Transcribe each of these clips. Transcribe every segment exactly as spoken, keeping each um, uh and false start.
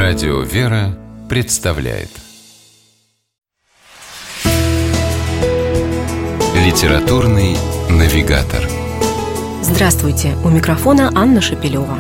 Радио «Вера» представляет Литературный навигатор. Здравствуйте, у микрофона Анна Шапилева.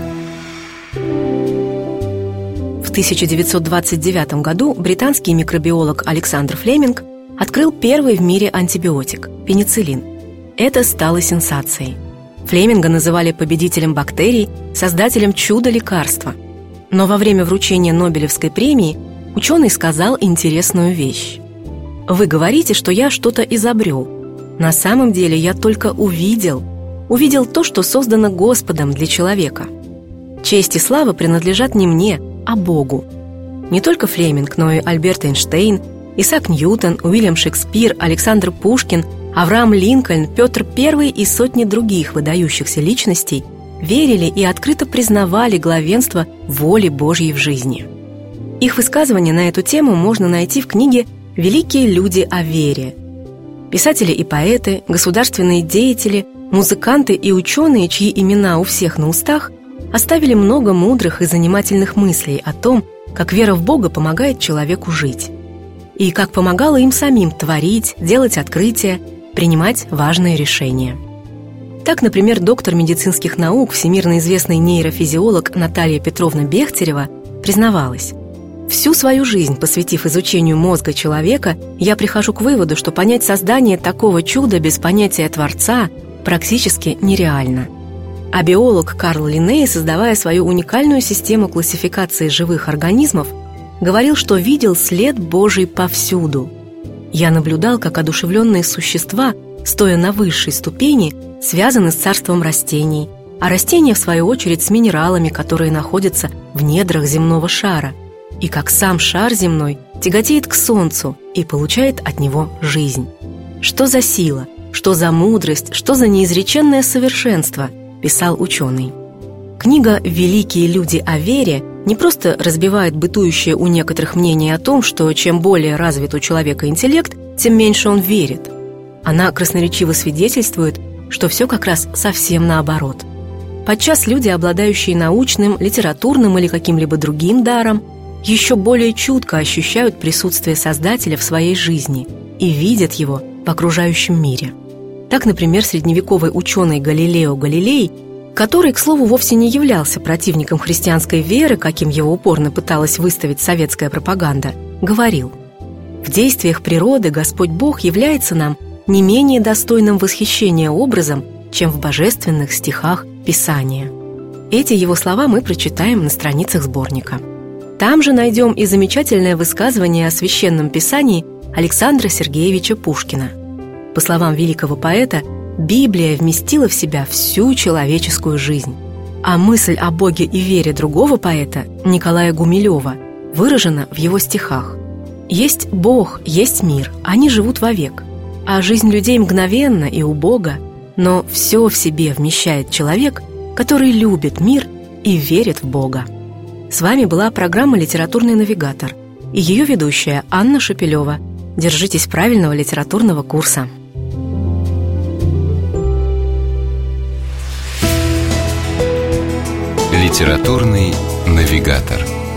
В тысяча девятьсот двадцать девятом году британский микробиолог Александр Флеминг открыл первый в мире антибиотик – пенициллин. Это стало сенсацией. Флеминга называли победителем бактерий, создателем чудо-лекарства. Но во время вручения Нобелевской премии ученый сказал интересную вещь. «Вы говорите, что я что-то изобрел. На самом деле я только увидел. Увидел то, что создано Господом для человека. Честь и слава принадлежат не мне, а Богу». Не только Флеминг, но и Альберт Эйнштейн, Исаак Ньютон, Уильям Шекспир, Александр Пушкин, Авраам Линкольн, Петр Первый и сотни других выдающихся личностей верили и открыто признавали главенство воли Божьей в жизни. Их высказывания на эту тему можно найти в книге «Великие люди о вере». Писатели и поэты, государственные деятели, музыканты и ученые, чьи имена у всех на устах, оставили много мудрых и занимательных мыслей о том, как вера в Бога помогает человеку жить, и как помогала им самим творить, делать открытия, принимать важные решения. Так, например, доктор медицинских наук, всемирно известный нейрофизиолог Наталья Петровна Бехтерева признавалась: «Всю свою жизнь, посвятив изучению мозга человека, я прихожу к выводу, что понять создание такого чуда без понятия Творца практически нереально». А биолог Карл Линней, создавая свою уникальную систему классификации живых организмов, говорил, что видел след Божий повсюду. «Я наблюдал, как одушевленные существа, стоя на высшей ступени, связаны с царством растений, а растения, в свою очередь, с минералами, которые находятся в недрах земного шара, и как сам шар земной тяготеет к солнцу и получает от него жизнь. Что за сила, что за мудрость, что за неизреченное совершенство», – писал ученый. Книга «Великие люди о вере» не просто разбивает бытующее у некоторых мнение о том, что чем более развит у человека интеллект, тем меньше он верит. Она красноречиво свидетельствует, что все как раз совсем наоборот. Подчас люди, обладающие научным, литературным или каким-либо другим даром, еще более чутко ощущают присутствие Создателя в своей жизни и видят его в окружающем мире. Так, например, средневековый ученый Галилео Галилей, который, к слову, вовсе не являлся противником христианской веры, каким его упорно пыталась выставить советская пропаганда, говорил: «В действиях природы Господь Бог является нам не менее достойным восхищения образом, чем в божественных стихах Писания». Эти его слова мы прочитаем на страницах сборника. Там же найдем и замечательное высказывание о священном писании Александра Сергеевича Пушкина. По словам великого поэта, Библия вместила в себя всю человеческую жизнь. А мысль о Боге и вере другого поэта, Николая Гумилева, выражена в его стихах. «Есть Бог, есть мир, они живут вовек, а жизнь людей мгновенна и убога, но все в себе вмещает человек, который любит мир и верит в Бога». С вами была программа «Литературный навигатор» и ее ведущая Анна Шапилева. Держитесь правильного литературного курса. Литературный навигатор.